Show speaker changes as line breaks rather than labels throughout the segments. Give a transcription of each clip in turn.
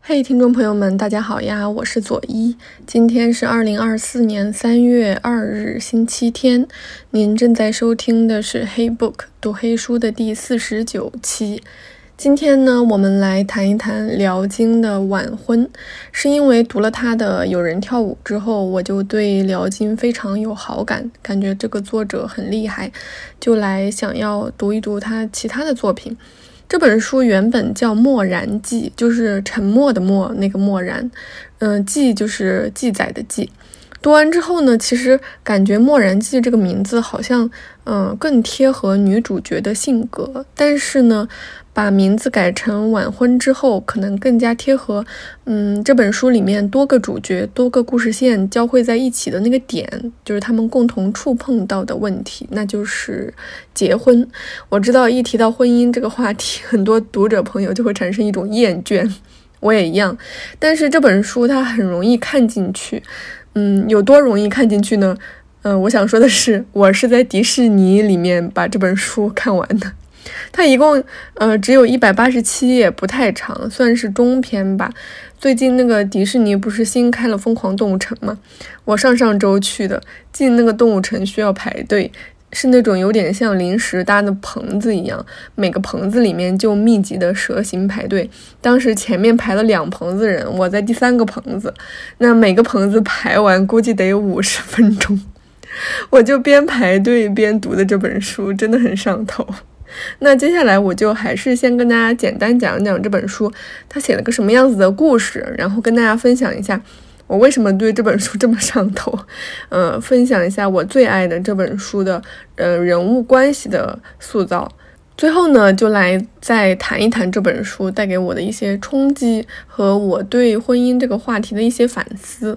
嘿，听众朋友们，大家好呀，我是左一。今天是2024年3月2日，星期天。您正在收听的是黑 book 读黑书的第49期。今天呢，我们来谈一谈辽金的晚婚。是因为读了他的《有人跳舞》之后，我就对辽金非常有好感，感觉这个作者很厉害，就来想要读一读他其他的作品。这本书原本叫《默然记》，就是沉默的默，那个默然，记就是记载的记。读完之后呢，其实感觉《默然记》这个名字好像，更贴合女主角的性格，但是呢，把名字改成晚婚之后，可能更加贴合，这本书里面多个主角、多个故事线交汇在一起的那个点，就是他们共同触碰到的问题，那就是结婚。我知道一提到婚姻这个话题，很多读者朋友就会产生一种厌倦，我也一样。但是这本书它很容易看进去，有多容易看进去呢？我想说的是，我是在迪士尼里面把这本书看完的。它一共只有187页，不太长，算是中篇吧。最近那个迪士尼不是新开了疯狂动物城吗？我上周去的，进那个动物城需要排队，是那种有点像临时搭的棚子一样，每个棚子里面就密集的蛇形排队。当时前面排了2棚子人，我在第3个棚子，那每个棚子排完估计得50分钟，我就边排队边读的这本书，真的很上头。那接下来我就还是先跟大家简单讲讲这本书它写了个什么样子的故事，然后跟大家分享一下我为什么对这本书这么上头，分享一下我最爱的这本书的人物关系的塑造。最后呢，就来再谈一谈这本书带给我的一些冲击和我对婚姻这个话题的一些反思。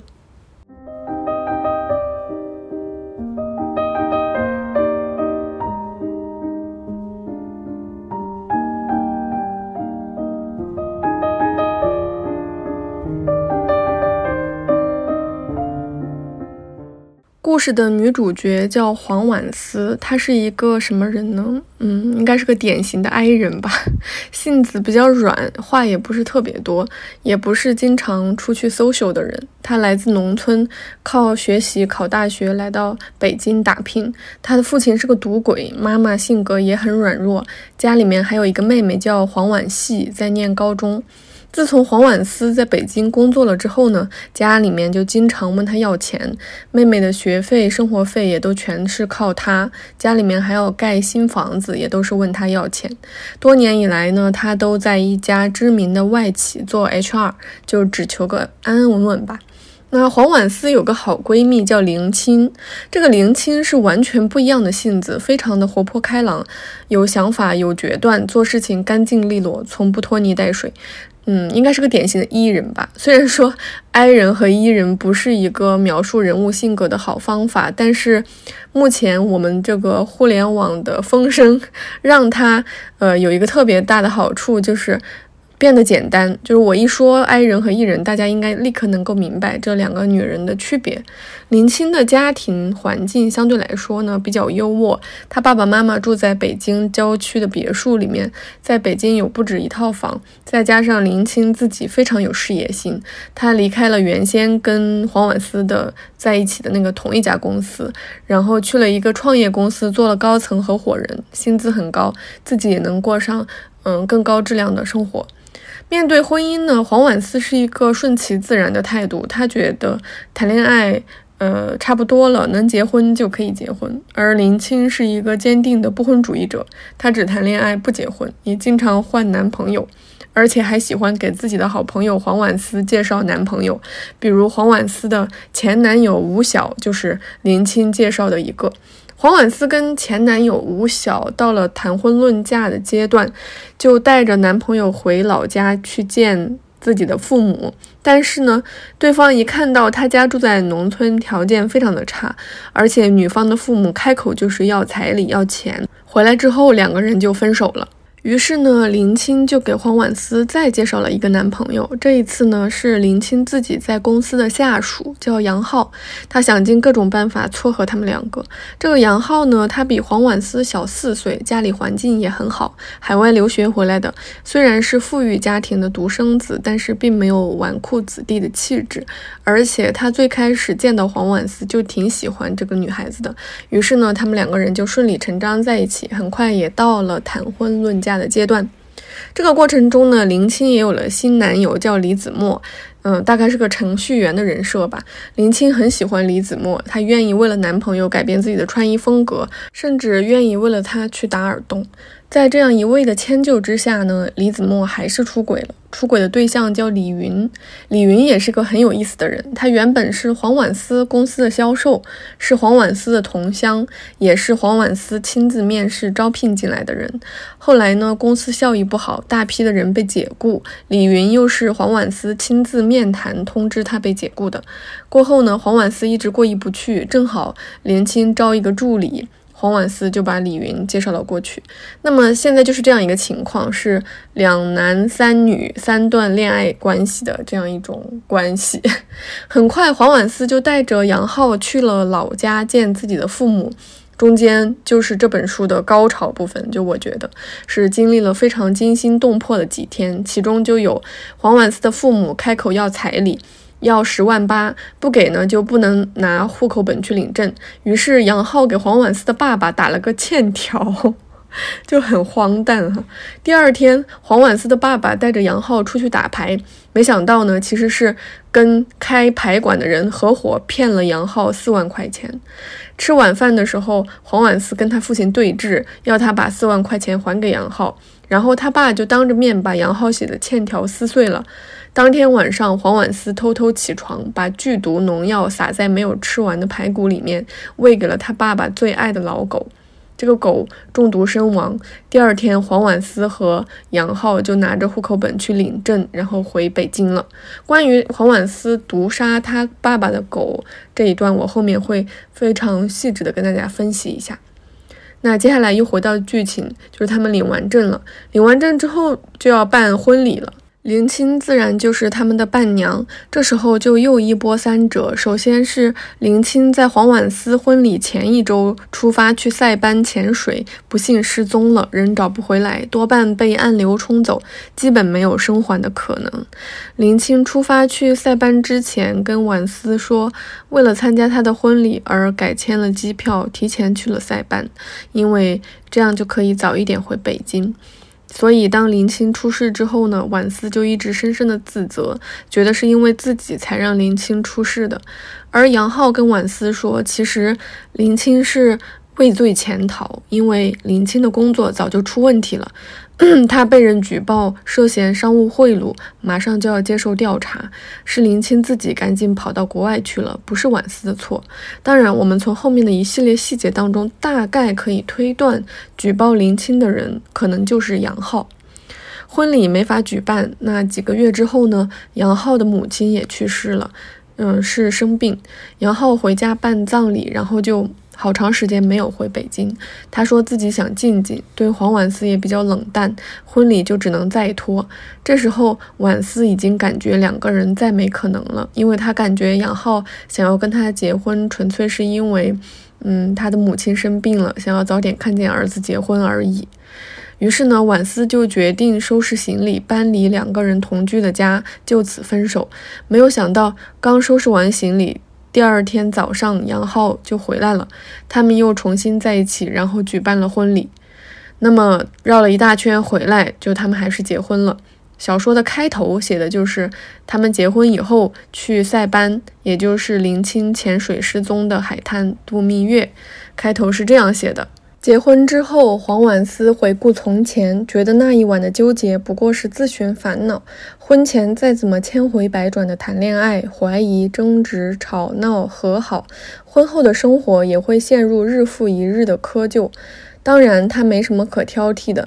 故事的女主角叫黄婉思，她是一个什么人呢？应该是个典型的 I 人吧，性子比较软，话也不是特别多，也不是经常出去 social 的人。她来自农村，靠学习考大学来到北京打拼。她的父亲是个赌鬼，妈妈性格也很软弱，家里面还有一个妹妹叫黄婉系，在念高中。自从黄婉思在北京工作了之后呢，家里面就经常问她要钱，妹妹的学费、生活费也都全是靠她，家里面还要盖新房子，也都是问她要钱。多年以来呢，她都在一家知名的外企做 HR， 就只求个安安稳稳吧。那黄婉思有个好闺蜜叫林青，这个林青是完全不一样的性子，非常的活泼开朗，有想法，有决断，做事情干净利落，从不拖泥带水。应该是个典型的 E 人吧。虽然说 I 人和 E 人不是一个描述人物性格的好方法，但是目前我们这个互联网的风声让它有一个特别大的好处，就是变得简单。就是我一说 I 人和 E 人，大家应该立刻能够明白这2个女人的区别。林青的家庭环境相对来说呢比较优渥，她爸爸妈妈住在北京郊区的别墅里面，在北京有不止1套房，再加上林青自己非常有事业心，她离开了原先跟黄婉思的在一起的那个同一家公司，然后去了一个创业公司做了高层合伙人，薪资很高，自己也能过上更高质量的生活。面对婚姻呢，黄婉思是一个顺其自然的态度，她觉得谈恋爱差不多了，能结婚就可以结婚。而林青是一个坚定的不婚主义者，她只谈恋爱不结婚，也经常换男朋友，而且还喜欢给自己的好朋友黄婉思介绍男朋友，比如黄婉思的前男友吴晓就是林青介绍的一个。黄婉思跟前男友吴晓到了谈婚论嫁的阶段，就带着男朋友回老家去见自己的父母，但是呢，对方一看到他家住在农村，条件非常的差，而且女方的父母开口就是要彩礼要钱，回来之后2个人就分手了。 于是呢，林青就给黄婉思再介绍了一个男朋友。这一次呢，是林青自己在公司的下属，叫杨浩。他想尽各种办法撮合他们两个。这个杨浩呢，他比黄婉思小4岁，家里环境也很好，海外留学回来的。虽然是富裕家庭的独生子，但是并没有纨绔子弟的气质。而且他最开始见到黄婉思就挺喜欢这个女孩子的。于是呢，他们两个人就顺理成章在一起，很快也到了谈婚论嫁的阶段。这个过程中呢，林青也有了新男友，叫李子墨，大概是个程序员的人设吧。林青很喜欢李子墨，她愿意为了男朋友改变自己的穿衣风格，甚至愿意为了他去打耳洞。在这样一味的迁就之下呢，李子墨还是出轨了。出轨的对象叫李云，李云也是个很有意思的人。他原本是黄婉思公司的销售，是黄婉思的同乡，也是黄婉思亲自面试招聘进来的人。后来呢，公司效益不好，大批的人被解雇，李云又是黄婉思亲自面谈通知他被解雇的。过后呢，黄婉思一直过意不去，正好林青招一个助理，黄婉思就把李云介绍了过去。那么现在就是这样一个情况，是2男3女3段恋爱关系的这样一种关系。很快黄婉思就带着杨浩去了老家见自己的父母，中间就是这本书的高潮部分，就我觉得是经历了非常惊心动魄的几天，其中就有黄婉思的父母开口要彩礼，要10.8万，不给呢就不能拿户口本去领证。于是杨浩给黄婉思的爸爸打了个欠条，就很荒诞哈。第二天，黄婉思的爸爸带着杨浩出去打牌，没想到呢，其实是跟开牌馆的人合伙骗了杨浩4万块钱。吃晚饭的时候，黄婉思跟他父亲对峙，要他把4万块钱还给杨浩，然后他爸就当着面把杨浩写的欠条撕碎了。当天晚上，黄婉思偷偷起床，把剧毒农药撒在没有吃完的排骨里面，喂给了他爸爸最爱的老狗。这个狗中毒身亡。第二天，黄婉思和杨浩就拿着户口本去领证，然后回北京了。关于黄婉思毒杀他爸爸的狗这一段，我后面会非常细致的跟大家分析一下。那接下来又回到剧情，就是他们领完证了，领完证之后就要办婚礼了。林青自然就是他们的伴娘，这时候就又一波三折。首先是林青在黄婉思婚礼前1周出发去塞班潜水，不幸失踪了，人找不回来，多半被暗流冲走，基本没有生还的可能。林青出发去塞班之前跟婉思说，为了参加他的婚礼而改签了机票，提前去了塞班，因为这样就可以早一点回北京。所以当林青出事之后呢，婉思就一直深深的自责，觉得是因为自己才让林青出事的。而杨浩跟婉思说，其实林青是畏罪潜逃，因为林青的工作早就出问题了，他被人举报涉嫌商务贿赂，马上就要接受调查，是林青自己赶紧跑到国外去了，不是婉思的错。当然，我们从后面的一系列细节当中，大概可以推断，举报林青的人可能就是杨浩。婚礼没法举办，那几个月之后呢，杨浩的母亲也去世了，是生病。杨浩回家办葬礼，然后就好长时间没有回北京。他说自己想静静，对黄婉思也比较冷淡，婚礼就只能再拖。这时候婉思已经感觉2个人再没可能了，因为他感觉杨浩想要跟他结婚，纯粹是因为他的母亲生病了，想要早点看见儿子结婚而已。于是呢，婉思就决定收拾行李，搬离2个人同居的家，就此分手。没有想到，刚收拾完行李，第二天早上杨浩就回来了，他们又重新在一起，然后举办了婚礼。那么绕了一大圈回来，就他们还是结婚了。小说的开头写的就是他们结婚以后去塞班，也就是林青潜水失踪的海滩度蜜月。开头是这样写的：结婚之后，黄婉思回顾从前，觉得那一晚的纠结不过是自寻烦恼。婚前再怎么千回百转的谈恋爱、怀疑、争执、吵闹、和好，婚后的生活也会陷入日复一日的窠臼。当然，他没什么可挑剔的，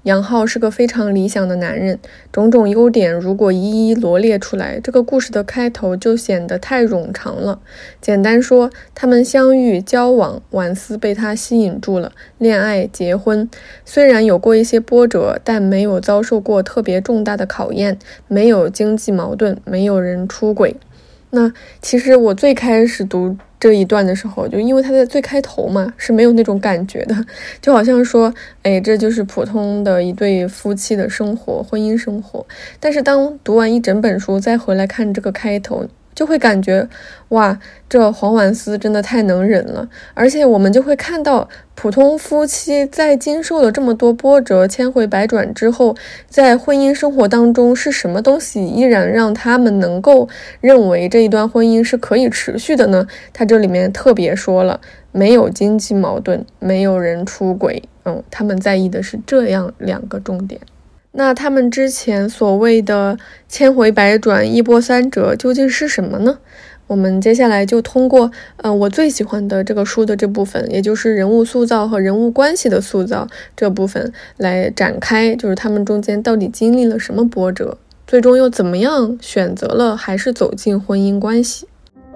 杨浩是个非常理想的男人，种种优点如果一一罗列出来，这个故事的开头就显得太冗长了。简单说，他们相遇交往，婉思被他吸引住了，恋爱结婚，虽然有过一些波折，但没有遭受过特别重大的考验，没有经济矛盾，没有人出轨。那其实我最开始读这一段的时候，就因为他在最开头嘛，是没有那种感觉的，就好像说，这就是普通的一对夫妻的生活，婚姻生活。但是当读完一整本书，再回来看这个开头，就会感觉，哇，这黄婉思真的太能忍了。而且我们就会看到，普通夫妻在经受了这么多波折、千回百转之后，在婚姻生活当中是什么东西依然让他们能够认为这一段婚姻是可以持续的呢？他这里面特别说了，没有经济矛盾，没有人出轨，他们在意的是这样两个重点。那他们之前所谓的千回百转、一波三折究竟是什么呢？我们接下来就通过我最喜欢的这个书的这部分，也就是人物塑造和人物关系的塑造这部分来展开，就是他们中间到底经历了什么波折，最终又怎么样选择了还是走进婚姻关系。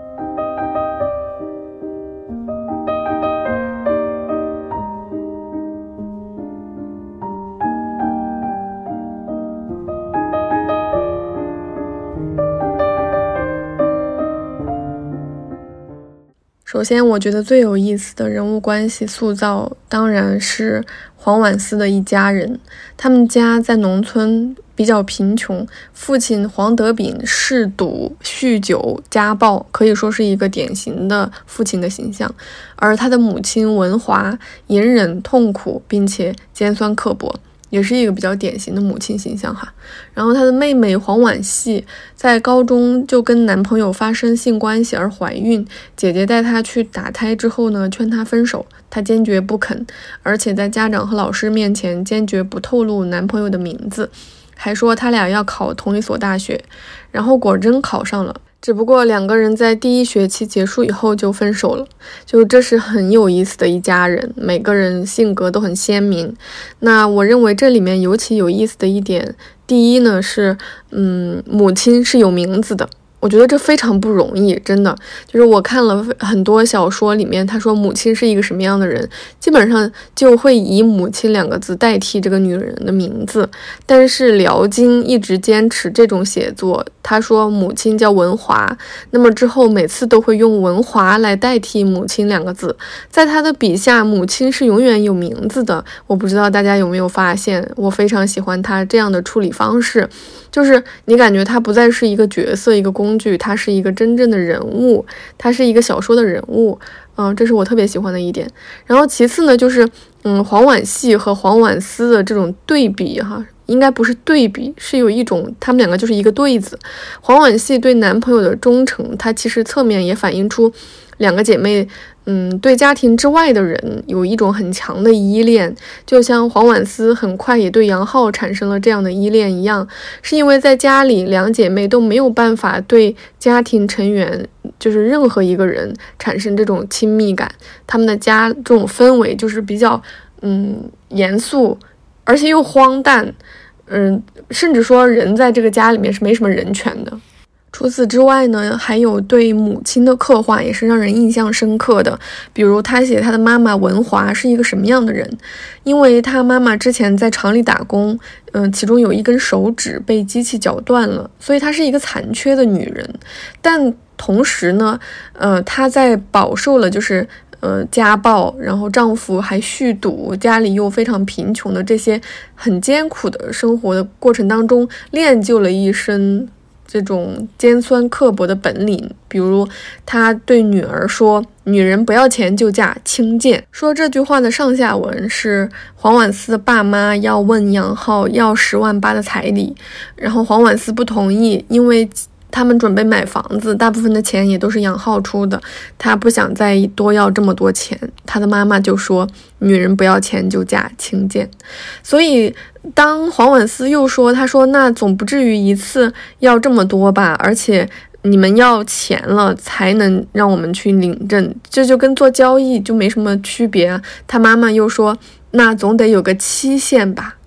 首先，我觉得最有意思的人物关系塑造当然是黄婉思的一家人。他们家在农村比较贫穷，父亲黄德炳嗜赌、酗酒、家暴，可以说是一个典型的父亲的形象。而他的母亲文华隐忍痛苦，并且尖酸刻薄，也是一个比较典型的母亲形象哈。然后她的妹妹黄婉系在高中就跟男朋友发生性关系而怀孕，姐姐带她去打胎之后呢，劝她分手，她坚决不肯，而且在家长和老师面前坚决不透露男朋友的名字，还说他俩要考同一所大学，然后果真考上了。只不过两个人在第一学期结束以后就分手了，就这是很有意思的一家人，每个人性格都很鲜明。那我认为这里面尤其有意思的一点，第一呢是，母亲是有名字的。我觉得这非常不容易，真的，就是我看了很多小说里面，他说母亲是一个什么样的人，基本上就会以母亲两个字代替这个女人的名字。但是辽金一直坚持这种写作，他说母亲叫文华，那么之后每次都会用文华来代替母亲两个字，在他的笔下，母亲是永远有名字的。我不知道大家有没有发现，我非常喜欢他这样的处理方式，就是你感觉他不再是一个角色，一个工具，他是一个真正的人物，他是一个小说的人物，这是我特别喜欢的一点。然后其次呢，就是黄婉系和黄婉思的这种对比哈，应该不是对比，是有一种他们两个就是一个对子。黄婉系对男朋友的忠诚，它其实侧面也反映出两个姐妹对家庭之外的人有一种很强的依恋，就像黄婉思很快也对杨浩产生了这样的依恋一样，是因为在家里两姐妹都没有办法对家庭成员，就是任何一个人产生这种亲密感，他们的家这种氛围就是比较严肃，而且又荒诞，甚至说人在这个家里面是没什么人权的。除此之外呢，还有对母亲的刻画也是让人印象深刻的。比如他写他的妈妈文华是一个什么样的人，因为他妈妈之前在厂里打工，其中有一根手指被机器绞断了，所以她是一个残缺的女人。但同时呢，她在饱受了就是家暴，然后丈夫还酗赌，家里又非常贫穷的这些很艰苦的生活的过程当中，练就了一身这种尖酸刻薄的本领。比如他对女儿说，女人不要钱就嫁，轻贱。说这句话的上下文是黄婉思的爸妈要问杨浩要10.8万的彩礼，然后黄婉思不同意，因为他们准备买房子，大部分的钱也都是杨浩出的，他不想再多要这么多钱。他的妈妈就说，女人不要钱就嫁，轻贱。所以当黄婉思又说，他说那总不至于一次要这么多吧，而且你们要钱了才能让我们去领证，这就跟做交易就没什么区别啊。他妈妈又说，那总得有个期限吧。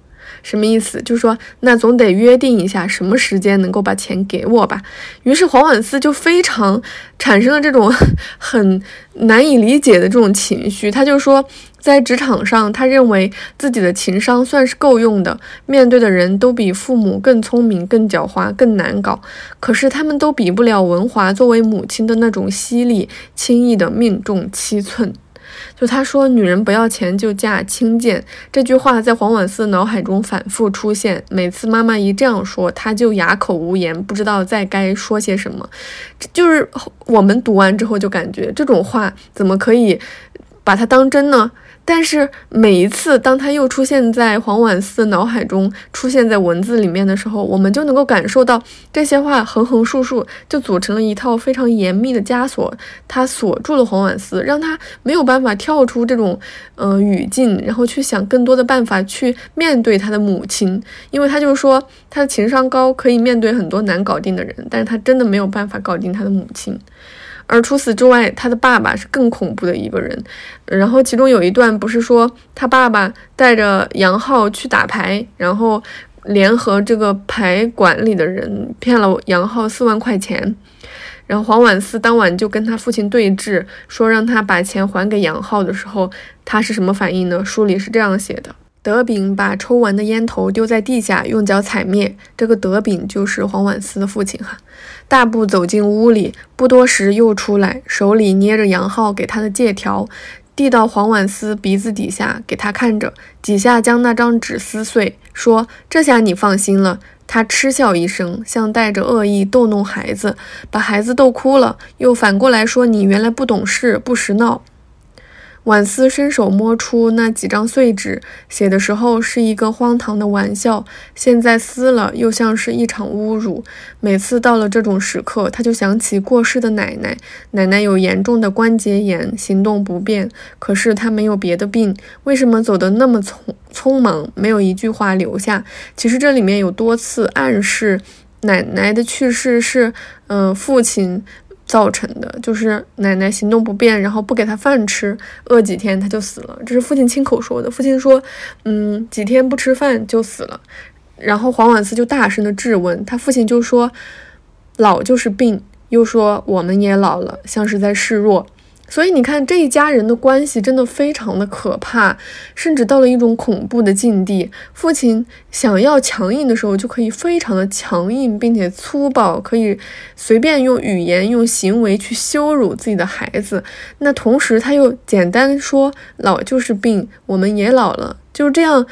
什么意思？就是说那总得约定一下什么时间能够把钱给我吧。于是黄婉思就非常产生了这种很难以理解的这种情绪，他就说在职场上，他认为自己的情商算是够用的，面对的人都比父母更聪明、更狡猾、更难搞，可是他们都比不了文华作为母亲的那种犀利，轻易的命中7寸。就他说女人不要钱就嫁轻贱，这句话在黄婉思脑海中反复出现，每次妈妈一这样说，他就哑口无言，不知道再该说些什么。就是我们读完之后就感觉这种话怎么可以把它当真呢？但是每一次当它又出现在黄婉思脑海中，出现在文字里面的时候，我们就能够感受到这些话横横竖竖就组成了一套非常严密的枷锁，它锁住了黄婉思，让他没有办法跳出这种语境，然后去想更多的办法去面对他的母亲。因为他就是说他的情商高，可以面对很多难搞定的人，但是他真的没有办法搞定他的母亲。而除此之外，他的爸爸是更恐怖的一个人。然后其中有一段不是说他爸爸带着杨浩去打牌，然后联合这个牌馆里的人骗了杨浩4万块钱，然后黄婉思当晚就跟他父亲对峙，说让他把钱还给杨浩的时候，他是什么反应呢？书里是这样写的：德炳把抽完的烟头丢在地下，用脚踩灭。这个德炳就是黄婉思的父亲哈。大步走进屋里，不多时又出来，手里捏着杨浩给他的借条，递到黄婉思鼻子底下给他看着，几下将那张纸撕碎，说：“这下你放心了。”他嗤笑一声，像带着恶意逗弄孩子，把孩子逗哭了，又反过来说：“你原来不懂事，不识闹。”婉思伸手摸出那几张碎纸，写的时候是一个荒唐的玩笑，现在撕了又像是一场侮辱。每次到了这种时刻，他就想起过世的奶奶。奶奶有严重的关节炎，行动不便，可是她没有别的病，为什么走得那么匆忙，没有一句话留下？其实这里面有多次暗示奶奶的去世是父亲造成的，就是奶奶行动不便，然后不给他饭吃，饿几天他就死了，这是父亲亲口说的。父亲说几天不吃饭就死了。然后黄婉思就大声的质问他，父亲就说老就是病，又说我们也老了，像是在示弱。所以你看这一家人的关系真的非常的可怕，甚至到了一种恐怖的境地。父亲想要强硬的时候就可以非常的强硬并且粗暴，可以随便用语言用行为去羞辱自己的孩子，那同时他又简单说老就是病，我们也老了，就这样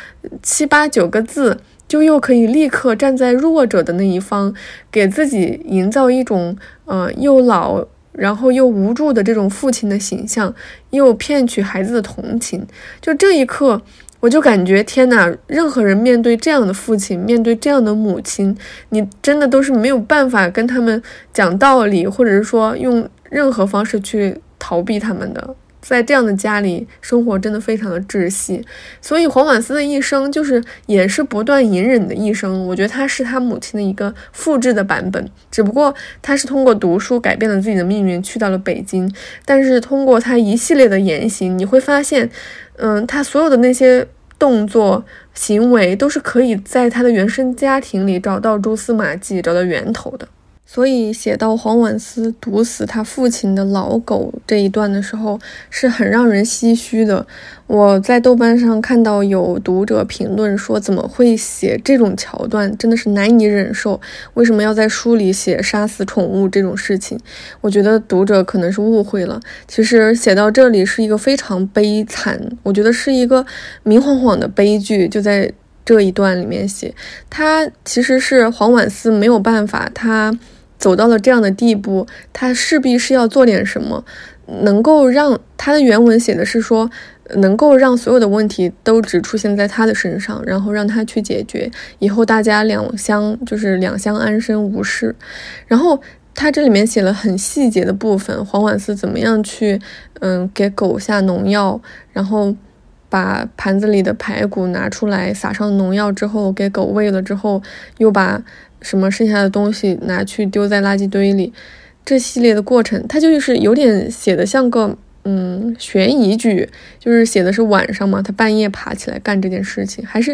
7、8、9个字就又可以立刻站在弱者的那一方，给自己营造一种又老然后又无助的这种父亲的形象，又骗取孩子的同情。就这一刻我就感觉天哪，任何人面对这样的父亲，面对这样的母亲，你真的都是没有办法跟他们讲道理，或者是说用任何方式去逃避他们的。在这样的家里生活真的非常的窒息。所以黄婉思的一生也是不断隐忍的一生，我觉得他是他母亲的一个复制的版本，只不过他是通过读书改变了自己的命运，去到了北京。但是通过他一系列的言行，你会发现他所有的那些动作行为都是可以在他的原生家庭里找到蛛丝马迹，找到源头的。所以写到黄婉思毒死他父亲的老狗这一段的时候，是很让人唏嘘的。我在豆瓣上看到有读者评论说，怎么会写这种桥段，真的是难以忍受，为什么要在书里写杀死宠物这种事情？我觉得读者可能是误会了，其实写到这里是一个非常悲惨，我觉得是一个明晃晃的悲剧，就在这一段里面写。他其实是黄婉思没有办法，他走到了这样的地步，他势必是要做点什么，能够让他的原文写的是说，能够让所有的问题都只出现在他的身上，然后让他去解决，以后大家两相安身无事。然后他这里面写了很细节的部分，黄婉思怎么样去给狗下农药，然后把盘子里的排骨拿出来撒上农药之后给狗喂了之后，又把什么剩下的东西拿去丢在垃圾堆里，这系列的过程它就是有点写的像个悬疑剧，就是写的是晚上嘛，他半夜爬起来干这件事情，还是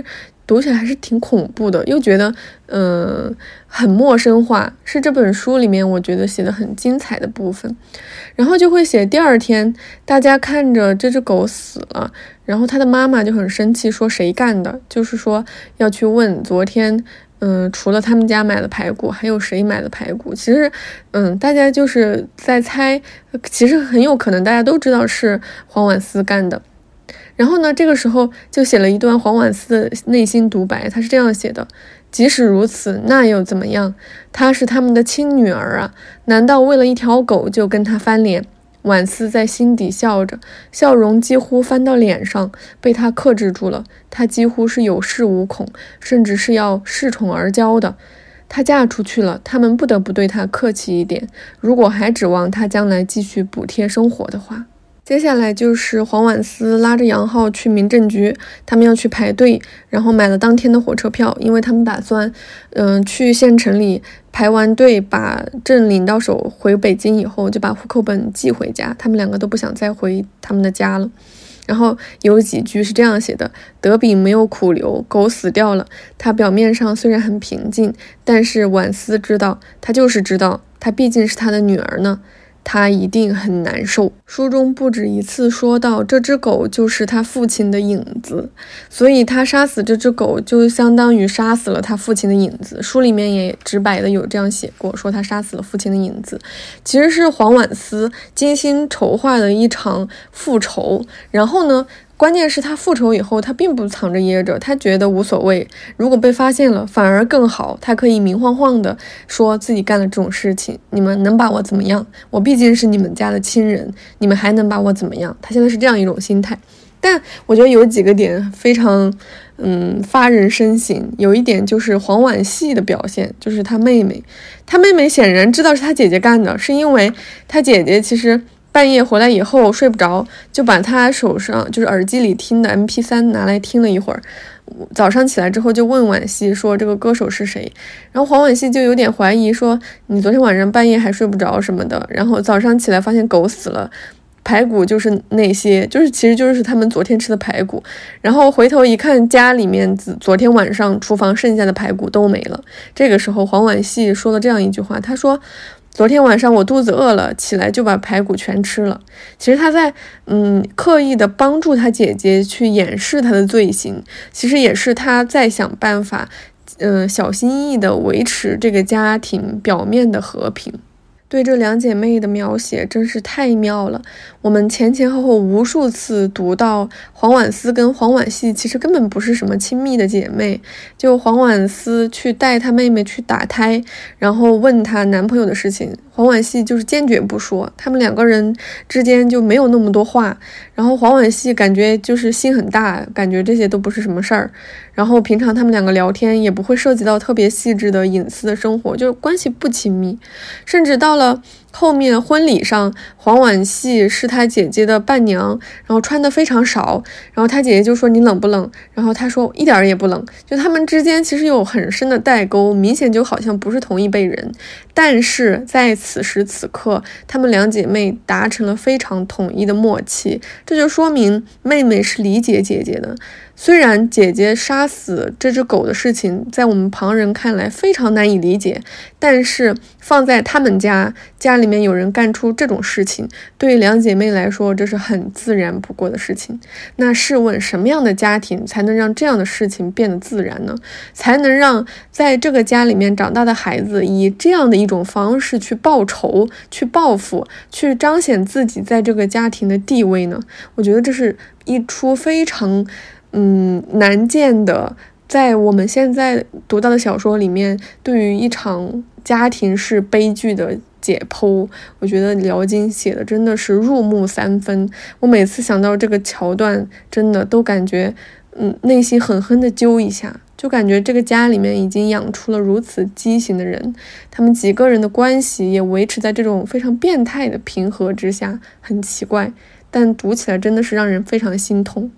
读起来还是挺恐怖的，又觉得很陌生化，是这本书里面我觉得写的很精彩的部分。然后就会写第二天大家看着这只狗死了，然后他的妈妈就很生气，说谁干的，就是说要去问昨天除了他们家买的排骨还有谁买的排骨。其实大家就是在猜，其实很有可能大家都知道是黄婉思干的。然后呢，这个时候就写了一段黄婉思的内心独白，他是这样写的：即使如此，那又怎么样？她是他们的亲女儿啊，难道为了一条狗就跟她翻脸？婉思在心底笑着，笑容几乎翻到脸上，被他克制住了。她几乎是有恃无恐，甚至是要恃宠而骄的。她嫁出去了，他们不得不对她客气一点，如果还指望她将来继续补贴生活的话。接下来就是黄婉思拉着杨浩去民政局，他们要去排队，然后买了当天的火车票，因为他们打算去县城里排完队，把证领到手，回北京以后就把户口本寄回家。他们两个都不想再回他们的家了。然后有几句是这样写的：德比没有苦留，狗死掉了。他表面上虽然很平静，但是婉思知道，他就是知道，他毕竟是他的女儿呢，他一定很难受。书中不止一次说到，这只狗就是他父亲的影子，所以他杀死这只狗就相当于杀死了他父亲的影子。书里面也直白的有这样写过，说他杀死了父亲的影子，其实是黄婉思精心筹划的一场复仇。然后呢，关键是他复仇以后，他并不藏着掖着，他觉得无所谓，如果被发现了反而更好，他可以明晃晃的说自己干了这种事情，你们能把我怎么样？我毕竟是你们家的亲人，你们还能把我怎么样？他现在是这样一种心态。但我觉得有几个点非常发人深省。有一点就是黄婉系的表现，就是他妹妹显然知道是他姐姐干的，是因为他姐姐其实半夜回来以后睡不着，就把他手上就是耳机里听的 MP3 拿来听了一会儿，早上起来之后就问婉系说这个歌手是谁，然后黄婉系就有点怀疑说你昨天晚上半夜还睡不着什么的，然后早上起来发现狗死了，排骨就是那些，其实就是他们昨天吃的排骨，然后回头一看家里面昨天晚上厨房剩下的排骨都没了。这个时候黄婉系说了这样一句话，他说昨天晚上我肚子饿了，起来就把排骨全吃了。其实他在刻意的帮助他姐姐去掩饰他的罪行，其实也是他在想办法小心翼翼的维持这个家庭表面的和平。对这两姐妹的描写真是太妙了。我们前后后无数次读到黄婉思跟黄婉系其实根本不是什么亲密的姐妹，就黄婉思去带她妹妹去打胎，然后问她男朋友的事情，黄婉系就是坚决不说，他们两个人之间就没有那么多话。然后黄婉系感觉就是心很大，感觉这些都不是什么事儿，然后平常他们两个聊天也不会涉及到特别细致的隐私的生活，就是关系不亲密。甚至到了后面婚礼上，黄婉系是他姐姐的伴娘，然后穿的非常少，然后他姐姐就说你冷不冷，然后他说一点也不冷，就他们之间其实有很深的代沟，明显就好像不是同一辈人。但是在此时此刻，她们两姐妹达成了非常统一的默契，这就说明妹妹是理解姐姐的。虽然姐姐杀死这只狗的事情在我们旁人看来非常难以理解，但是放在他们家里面有人干出这种事情，对于两姐妹来说这是很自然不过的事情。那试问什么样的家庭才能让这样的事情变得自然呢？才能让在这个家里面长大的孩子以这样的一种方式去报仇、去报复、去彰显自己在这个家庭的地位呢？我觉得这是一出非常难见的，在我们现在读到的小说里面，对于一场家庭式悲剧的解剖，我觉得辽金写的真的是入木三分。我每次想到这个桥段，真的都感觉内心狠狠的揪一下，就感觉这个家里面已经养出了如此畸形的人，他们几个人的关系也维持在这种非常变态的平和之下，很奇怪，但读起来真的是让人非常心痛。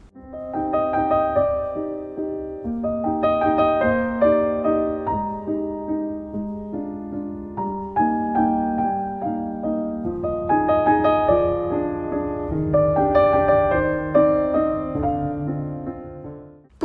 不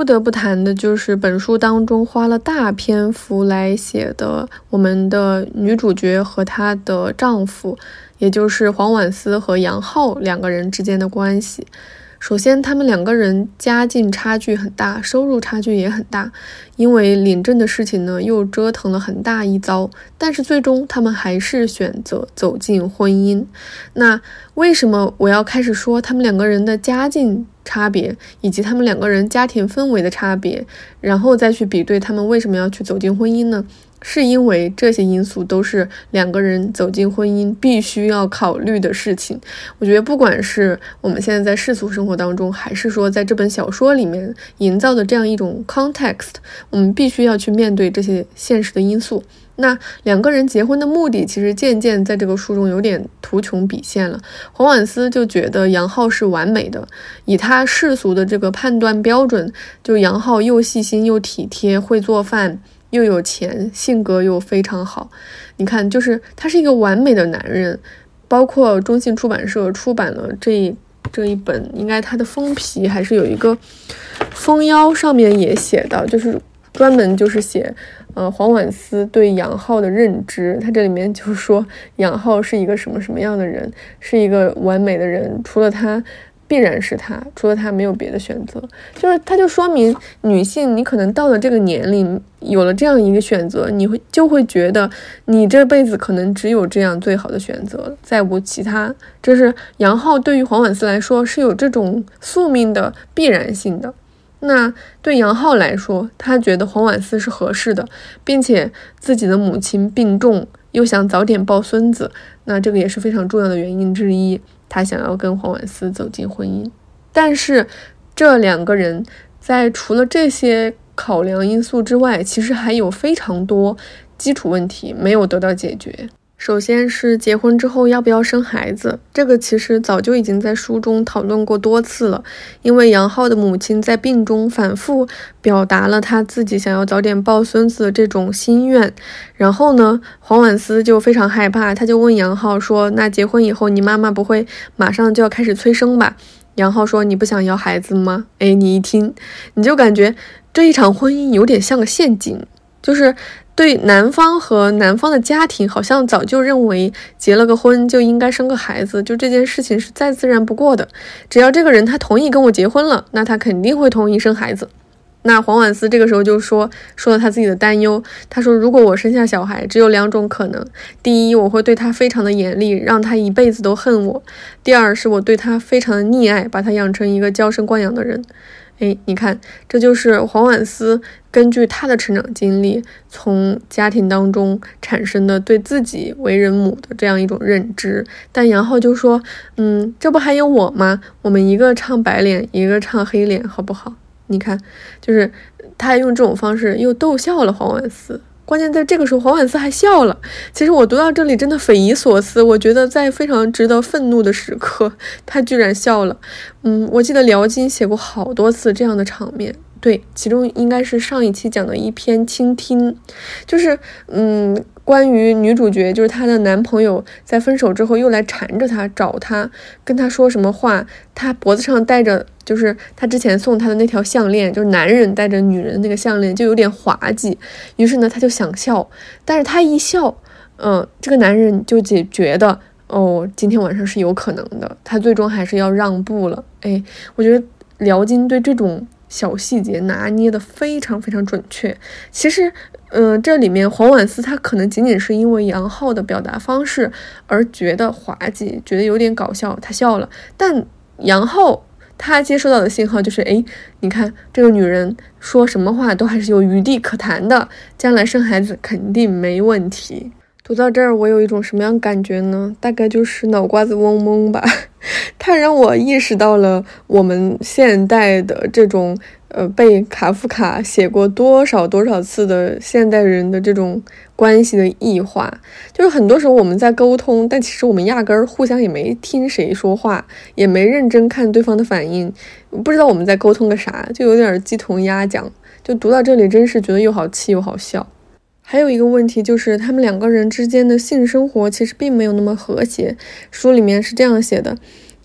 不得不谈的就是本书当中花了大篇幅来写的我们的女主角和她的丈夫，也就是黄婉思和杨浩两个人之间的关系。首先，他们两个人家境差距很大，收入差距也很大，因为领证的事情呢，又折腾了很大一遭，但是最终他们还是选择走进婚姻。那为什么我要开始说他们两个人的家境差别，以及他们两个人家庭氛围的差别，然后再去比对他们为什么要去走进婚姻呢？是因为这些因素都是两个人走进婚姻必须要考虑的事情。我觉得不管是我们现在在世俗生活当中，还是说在这本小说里面营造的这样一种 context， 我们必须要去面对这些现实的因素。那两个人结婚的目的其实渐渐在这个书中有点图穷匕现了。黄婉思就觉得杨浩是完美的，以他世俗的这个判断标准，就杨浩又细心又体贴，会做饭，又有钱，性格又非常好。你看，就是他是一个完美的男人。包括中信出版社出版了这一本，应该它的封皮还是有一个封腰，上面也写到，就是专门就是写黄婉思对杨浩的认知。他这里面就说杨浩是一个什么什么样的人，是一个完美的人，除了他必然是他，除了他没有别的选择。就是他就说明女性，你可能到了这个年龄，有了这样一个选择，你就会觉得你这辈子可能只有这样最好的选择，再无其他。这是杨浩对于黄婉思来说是有这种宿命的必然性的。那对杨浩来说，他觉得黄婉思是合适的，并且自己的母亲病重，又想早点抱孙子，那这个也是非常重要的原因之一，他想要跟黄婉思走进婚姻。但是这两个人在除了这些考量因素之外，其实还有非常多基础问题没有得到解决。首先是结婚之后要不要生孩子，这个其实早就已经在书中讨论过多次了。因为杨浩的母亲在病中反复表达了他自己想要早点抱孙子的这种心愿，然后呢，黄婉思就非常害怕，他就问杨浩说，那结婚以后你妈妈不会马上就要开始催生吧？杨浩说，你不想要孩子吗？你一听你就感觉这一场婚姻有点像个陷阱，就是对男方和男方的家庭好像早就认为结了个婚就应该生个孩子，就这件事情是再自然不过的，只要这个人他同意跟我结婚了，那他肯定会同意生孩子。那黄婉思这个时候就说了他自己的担忧，他说如果我生下小孩只有两种可能，第一，我会对他非常的严厉，让他一辈子都恨我；第二，是我对他非常的溺爱，把他养成一个娇生惯养的人。你看，这就是黄婉思根据他的成长经历，从家庭当中产生的对自己为人母的这样一种认知。但杨浩就说，这不还有我吗？我们一个唱白脸，一个唱黑脸，好不好？你看，就是他用这种方式又逗笑了黄婉思。关键在这个时候黄婉思还笑了。其实我读到这里真的匪夷所思，我觉得在非常值得愤怒的时刻他居然笑了。我记得辽金写过好多次这样的场面，对，其中应该是上一期讲的一篇倾听，就是关于女主角，就是她的男朋友在分手之后又来缠着她，找她，跟她说什么话，她脖子上戴着就是他之前送她的那条项链，就是男人戴着女人的那个项链，就有点滑稽。于是呢，他就想笑，但是他一笑，这个男人就觉得今天晚上是有可能的，他最终还是要让步了。我觉得辽金对这种小细节拿捏的非常非常准确。其实这里面黄婉思她可能仅仅是因为杨浩的表达方式而觉得滑稽，觉得有点搞笑，他笑了。但杨浩他接收到的信号就是你看这个女人说什么话都还是有余地可谈的，将来生孩子肯定没问题。读到这儿我有一种什么样感觉呢？大概就是脑瓜子嗡嗡吧。它让我意识到了我们现代的这种被卡夫卡写过多少次的现代人的这种关系的异化。就是很多时候我们在沟通，但其实我们压根儿互相也没听谁说话，也没认真看对方的反应，不知道我们在沟通个啥，就有点鸡同鸭讲。就读到这里真是觉得又好气又好笑。还有一个问题就是他们两个人之间的性生活其实并没有那么和谐。书里面是这样写的，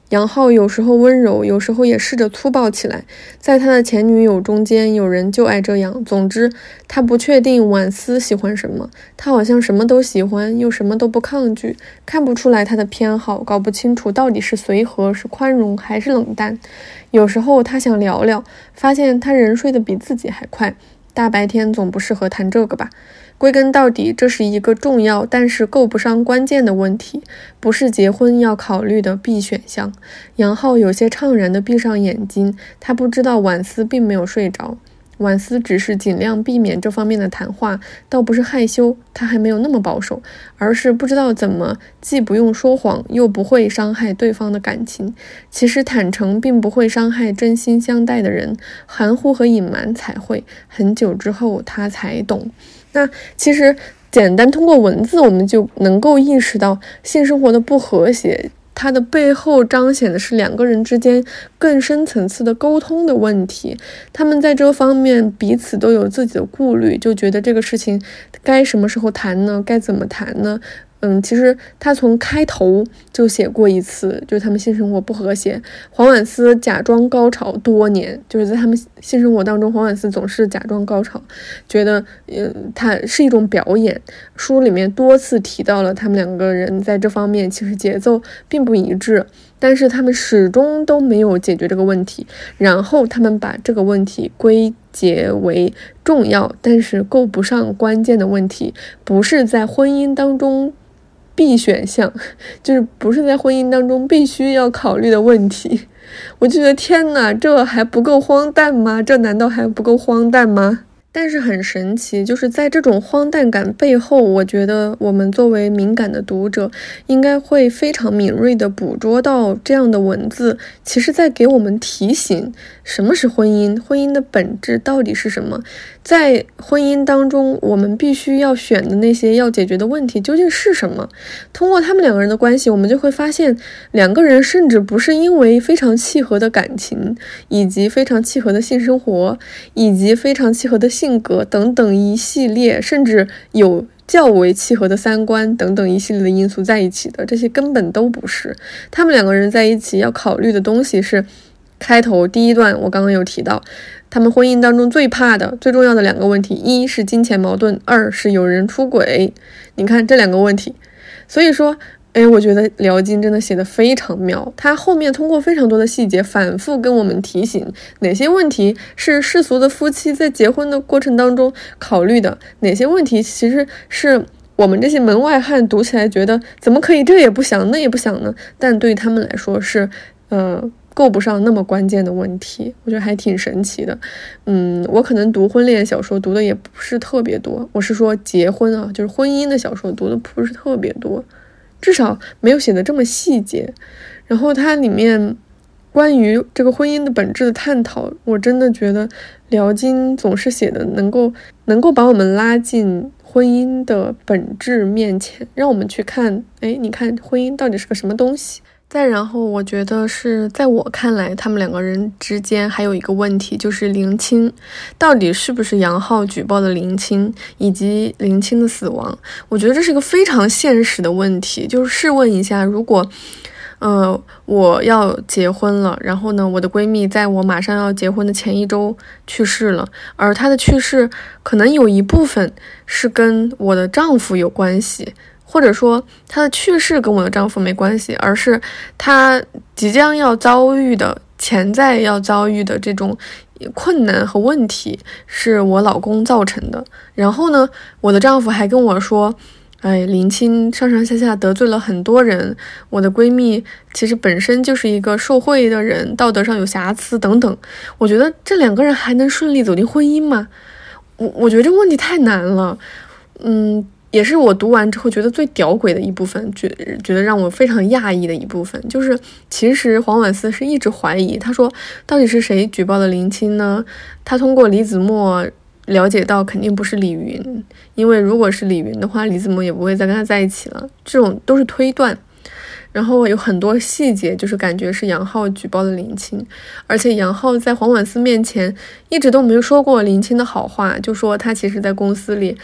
杨浩有时候温柔，有时候也试着粗暴起来，在他的前女友中间，有人就爱这样。总之，他不确定婉思喜欢什么，他好像什么都喜欢，又什么都不抗拒，看不出来他的偏好，搞不清楚到底是随和、是宽容还是冷淡。有时候他想聊聊，发现他人睡得比自己还快，大白天总不适合谈这个吧。归根到底，这是一个重要但是够不上关键的问题，不是结婚要考虑的必选项。杨浩有些怅然地闭上眼睛，他不知道婉思并没有睡着。婉思只是尽量避免这方面的谈话，倒不是害羞，他还没有那么保守，而是不知道怎么既不用说谎，又不会伤害对方的感情。其实坦诚并不会伤害真心相待的人，含糊和隐瞒才会。很久之后他才懂。那其实简单通过文字，我们就能够意识到性生活的不和谐，它的背后彰显的是两个人之间更深层次的沟通的问题。他们在这方面彼此都有自己的顾虑，就觉得这个事情该什么时候谈呢？该怎么谈呢？其实他从开头就写过一次，就是他们性生活不和谐。黄婉思假装高潮多年，就是在他们性生活当中，黄婉思总是假装高潮，觉得他是一种表演。书里面多次提到了他们两个人在这方面其实节奏并不一致，但是他们始终都没有解决这个问题。然后他们把这个问题归结为重要但是够不上关键的问题，不是在婚姻当中必选项，就是不是在婚姻当中必须要考虑的问题。我就觉得天哪，这还不够荒诞吗？这难道还不够荒诞吗？但是很神奇，就是在这种荒诞感背后，我觉得我们作为敏感的读者，应该会非常敏锐地捕捉到这样的文字，其实在给我们提醒什么是婚姻，婚姻的本质到底是什么。在婚姻当中，我们必须要选的那些要解决的问题究竟是什么。通过他们两个人的关系，我们就会发现，两个人甚至不是因为非常契合的感情，以及非常契合的性生活，以及非常契合的性格等等一系列，甚至有较为契合的三观等等一系列的因素在一起的，这些根本都不是。他们两个人在一起要考虑的东西是，开头第一段我刚刚有提到，他们婚姻当中最怕的最重要的两个问题，一是金钱矛盾，二是有人出轨。你看这两个问题，所以说我觉得辽金真的写得非常妙，他后面通过非常多的细节反复跟我们提醒哪些问题是世俗的夫妻在结婚的过程当中考虑的，哪些问题其实是我们这些门外汉读起来觉得怎么可以这也不想那也不想呢，但对他们来说是够不上那么关键的问题。我觉得还挺神奇的。我可能读婚恋小说读的也不是特别多，我是说结婚啊，就是婚姻的小说读的不是特别多，至少没有写的这么细节。然后它里面关于这个婚姻的本质的探讨，我真的觉得辽金总是写的能够把我们拉进婚姻的本质面前，让我们去看，你看婚姻到底是个什么东西。再然后我觉得是在我看来，他们两个人之间还有一个问题，就是林青到底是不是杨浩举报的林青，以及林青的死亡。我觉得这是一个非常现实的问题。就是试问一下，如果我要结婚了，然后呢，我的闺蜜在我马上要结婚的前一周去世了，而她的去世可能有一部分是跟我的丈夫有关系，或者说她的去世跟我的丈夫没关系，而是她即将要遭遇的潜在要遭遇的这种困难和问题是我老公造成的。然后呢，我的丈夫还跟我说，林青上上下下得罪了很多人，我的闺蜜其实本身就是一个受贿的人，道德上有瑕疵等等。我觉得这两个人还能顺利走进婚姻吗？我觉得这个问题太难了。也是我读完之后觉得最屌诡的一部分，觉得让我非常讶异的一部分，就是其实黄婉思是一直怀疑，他说到底是谁举报的林青呢？他通过李子墨了解到肯定不是李云，因为如果是李云的话，李子墨也不会再跟他在一起了，这种都是推断。然后有很多细节就是感觉是杨浩举报的林青，而且杨浩在黄婉思面前一直都没有说过林青的好话，就说他其实在公司里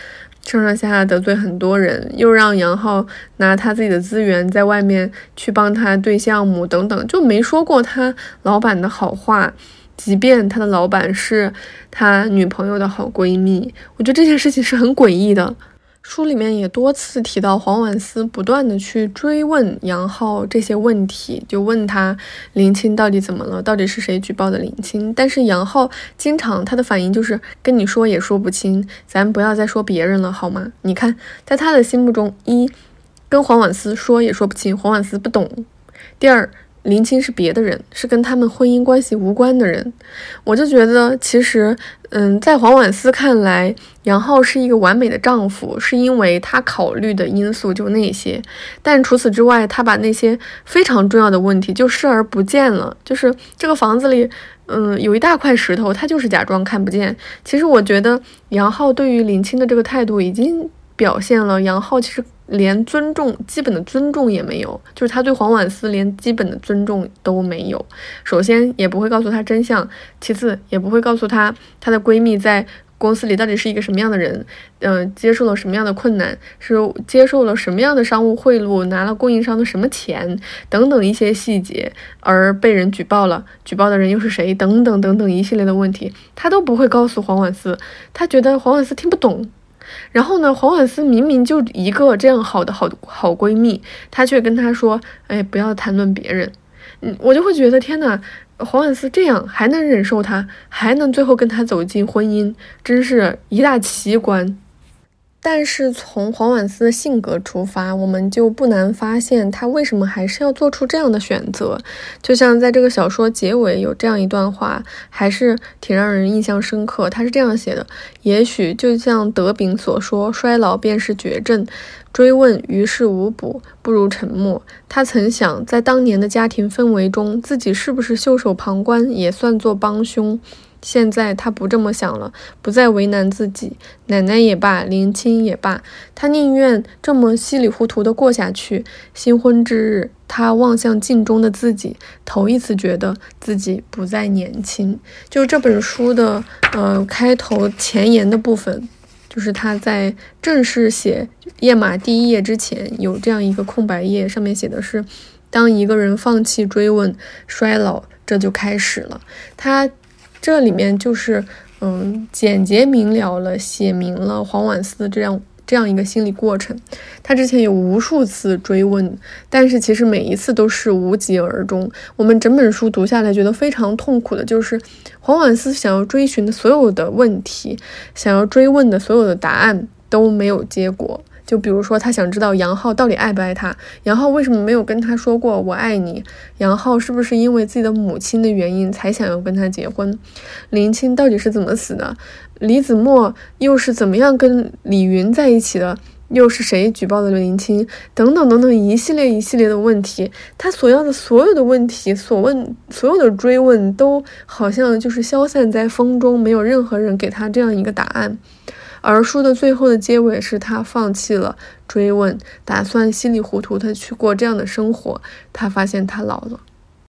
上上下下得罪很多人，又让杨浩拿他自己的资源在外面去帮他对项目等等，就没说过他老板的好话，即便他的老板是他女朋友的好闺蜜。我觉得这件事情是很诡异的。书里面也多次提到黄婉思不断的去追问杨浩这些问题，就问他林青到底怎么了，到底是谁举报的林青，但是杨浩经常他的反应就是跟你说也说不清，咱不要再说别人了好吗？你看在他的心目中，一跟黄婉思说也说不清，黄婉思不懂；第二，林青是别的人，是跟他们婚姻关系无关的人。我就觉得其实在黄婉思看来，杨浩是一个完美的丈夫，是因为他考虑的因素就那些，但除此之外，他把那些非常重要的问题就视而不见了。就是这个房子里有一大块石头，他就是假装看不见。其实我觉得杨浩对于林青的这个态度已经表现了杨浩其实连基本的尊重也没有，就是他对黄婉思连基本的尊重都没有。首先也不会告诉他真相，其次也不会告诉他的闺蜜在公司里到底是一个什么样的人，接受了什么样的困难，是接受了什么样的商务贿赂，拿了供应商的什么钱等等一些细节，而被人举报了，举报的人又是谁等等等等一系列的问题，他都不会告诉黄婉思。他觉得黄婉思听不懂。然后呢，黄婉思明明就一个这样好闺蜜，她却跟她说不要谈论别人。我就会觉得天哪，黄婉思这样还能忍受他，还能最后跟他走进婚姻，真是一大奇观。但是从黄婉思的性格出发，我们就不难发现她为什么还是要做出这样的选择。就像在这个小说结尾有这样一段话，还是挺让人印象深刻。他是这样写的：也许就像德炳所说，衰老便是绝症，追问于事无补，不如沉默。他曾想，在当年的家庭氛围中，自己是不是袖手旁观也算作帮凶。现在他不这么想了，不再为难自己，奶奶也罢，林青也罢，他宁愿这么稀里糊涂的过下去。新婚之日，他望向镜中的自己，头一次觉得自己不再年轻。就这本书的开头前言的部分，就是他在正式写页码第一页之前，有这样一个空白页，上面写的是：当一个人放弃追问，衰老这就开始了。他这里面就是简洁明了了写明了黄婉思这样一个心理过程。他之前有无数次追问，但是其实每一次都是无疾而终。我们整本书读下来觉得非常痛苦的就是黄婉思想要追寻的所有的问题，想要追问的所有的答案都没有结果。就比如说他想知道杨浩到底爱不爱他，杨浩为什么没有跟他说过我爱你，杨浩是不是因为自己的母亲的原因才想要跟他结婚，林青到底是怎么死的，李子墨又是怎么样跟李云在一起的，又是谁举报的林青，等等等等一系列的问题。他所要的所有的问题所有的追问都好像就是消散在风中，没有任何人给他这样一个答案。而书的最后的结尾是他放弃了追问，打算稀里糊涂的去过这样的生活。他发现他老了。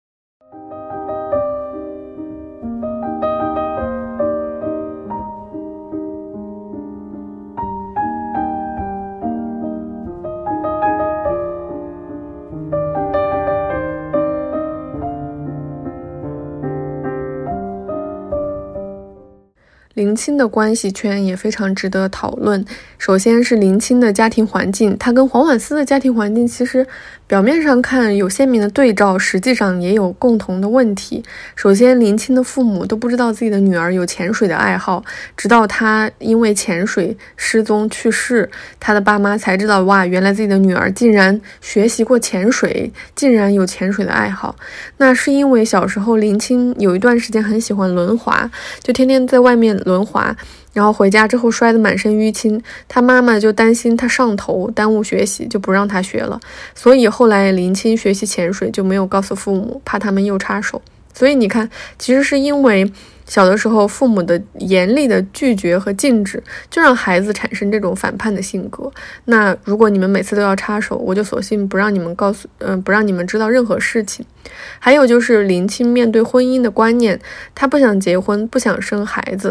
林青的关系圈也非常值得讨论。首先是林青的家庭环境，他跟黄婉思的家庭环境其实表面上看有鲜明的对照，实际上也有共同的问题。首先林青的父母都不知道自己的女儿有潜水的爱好，直到她因为潜水失踪去世，她的爸妈才知道，哇，原来自己的女儿竟然学习过潜水，竟然有潜水的爱好。那是因为小时候林青有一段时间很喜欢轮滑，就天天在外面轮滑，然后回家之后摔得满身淤青，他妈妈就担心他上头耽误学习，就不让他学了。所以后来林青学习潜水就没有告诉父母，怕他们又插手。所以你看，其实是因为小的时候父母的严厉的拒绝和禁止，就让孩子产生这种反叛的性格。那如果你们每次都要插手，我就索性不让你们不让你们知道任何事情。还有就是林青面对婚姻的观念，他不想结婚，不想生孩子。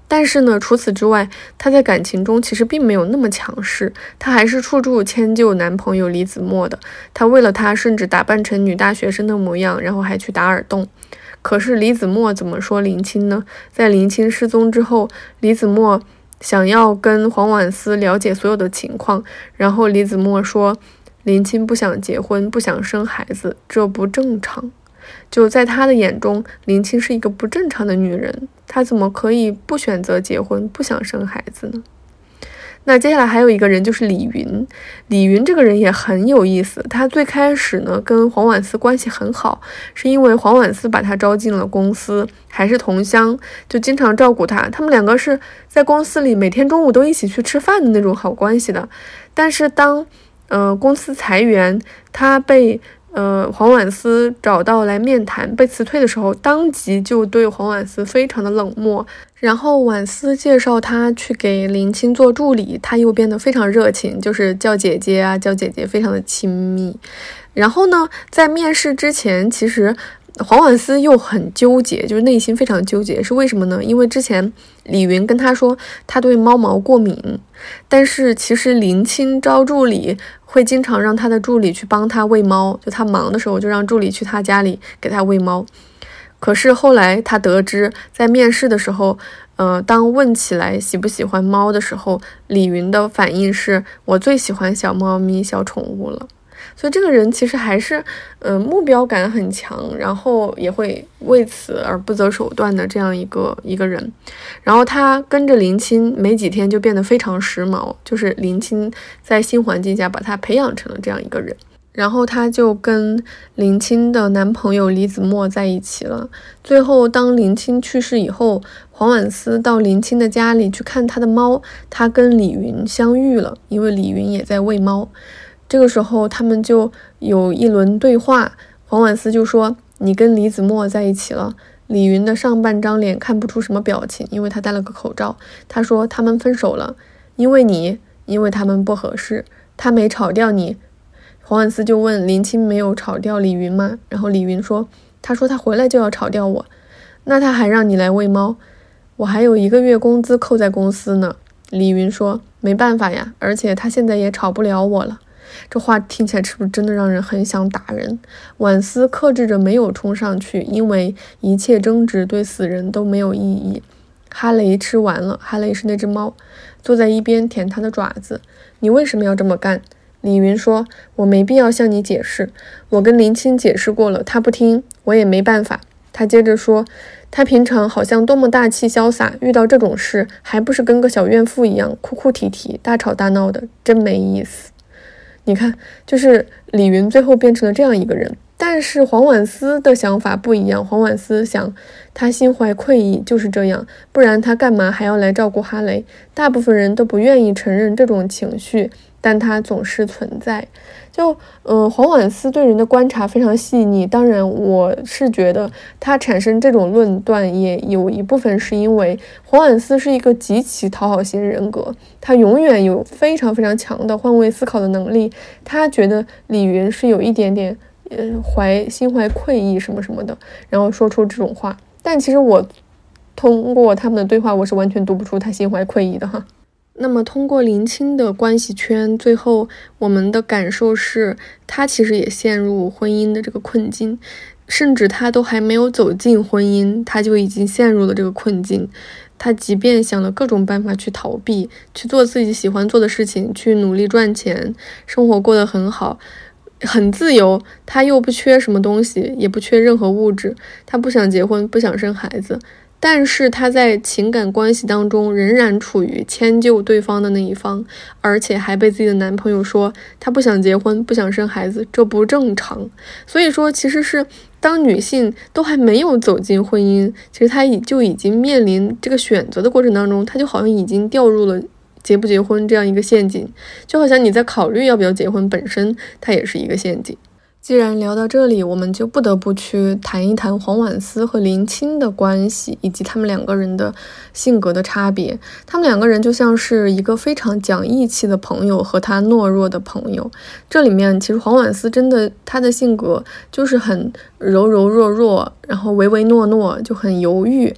但是呢，除此之外，她在感情中其实并没有那么强势，她还是处处迁就男朋友李子墨的。她为了他，甚至打扮成女大学生的模样，然后还去打耳洞。可是李子墨怎么说林清呢？在林清失踪之后，李子墨想要跟黄婉思了解所有的情况，然后李子墨说，林清不想结婚，不想生孩子，这不正常。就在他的眼中，林清是一个不正常的女人，她怎么可以不选择结婚，不想生孩子呢？那接下来还有一个人就是李云。李云这个人也很有意思，他最开始呢跟黄婉思关系很好，是因为黄婉思把他招进了公司，还是同乡，就经常照顾他。他们两个是在公司里每天中午都一起去吃饭的那种好关系的。但是当公司裁员，他被黄婉思找到来面谈，被辞退的时候，当即就对黄婉思非常的冷漠。然后婉思介绍他去给林清做助理，他又变得非常热情，就是叫姐姐啊，叫姐姐，非常的亲密。然后呢，在面试之前，其实黄婉思又很纠结，就是内心非常纠结，是为什么呢？因为之前李云跟他说他对猫毛过敏，但是其实林清招助理会经常让他的助理去帮他喂猫，就他忙的时候就让助理去他家里给他喂猫。可是后来他得知，在面试的时候，当问起来喜不喜欢猫的时候，李云的反应是，我最喜欢小猫咪、小宠物了。所以这个人其实还是目标感很强，然后也会为此而不择手段的这样一个人。然后他跟着林清没几天就变得非常时髦，就是林清在新环境下把他培养成了这样一个人。然后他就跟林清的男朋友李子墨在一起了。最后当林清去世以后，黄婉思到林清的家里去看他的猫，他跟李云相遇了，因为李云也在喂猫。这个时候他们就有一轮对话，黄婉思就说，你跟李子墨在一起了。李云的上半张脸看不出什么表情，因为他戴了个口罩。他说他们分手了，因为他们不合适，他没炒掉你。黄婉思就问，林清没有炒掉李云吗？然后李云说，他说他回来就要炒掉我。那他还让你来喂猫？我还有1个月工资扣在公司呢。李云说，没办法呀，而且他现在也炒不了我了。这话听起来是不是真的让人很想打人？婉思克制着没有冲上去，因为一切争执对死人都没有意义。哈雷吃完了，哈雷是那只猫，坐在一边舔它的爪子。你为什么要这么干？李云说，我没必要向你解释，我跟林清解释过了，他不听，我也没办法。他接着说，他平常好像多么大气潇洒，遇到这种事还不是跟个小怨妇一样，哭哭啼啼，大吵大闹的，真没意思。你看，就是李云最后变成了这样一个人。但是黄婉思的想法不一样，黄婉思想，他心怀愧意就是这样，不然他干嘛还要来照顾哈雷？大部分人都不愿意承认这种情绪，但它总是存在。就黄婉思对人的观察非常细腻，当然我是觉得他产生这种论断也有一部分是因为黄婉思是一个极其讨好型人格，他永远有非常非常强的换位思考的能力，他觉得李云是有一点点心怀愧意什么什么的，然后说出这种话。但其实我通过他们的对话，我是完全读不出他心怀愧意的哈。那么通过林清的关系圈，最后我们的感受是，他其实也陷入婚姻的这个困境，甚至他都还没有走进婚姻，他就已经陷入了这个困境。他即便想了各种办法去逃避，去做自己喜欢做的事情，去努力赚钱，生活过得很好，很自由，他又不缺什么东西，也不缺任何物质，他不想结婚，不想生孩子，但是他在情感关系当中仍然处于迁就对方的那一方，而且还被自己的男朋友说他不想结婚，不想生孩子，这不正常。所以说其实是当女性都还没有走进婚姻，其实她就已经面临这个选择的过程当中，她就好像已经掉入了结不结婚这样一个陷阱，就好像你在考虑要不要结婚本身，它也是一个陷阱。既然聊到这里，我们就不得不去谈一谈黄婉思和林清的关系，以及他们两个人的性格的差别。他们两个人就像是一个非常讲义气的朋友和他懦弱的朋友。这里面其实黄婉思真的他的性格就是很柔柔弱弱，然后唯唯诺诺，就很犹豫。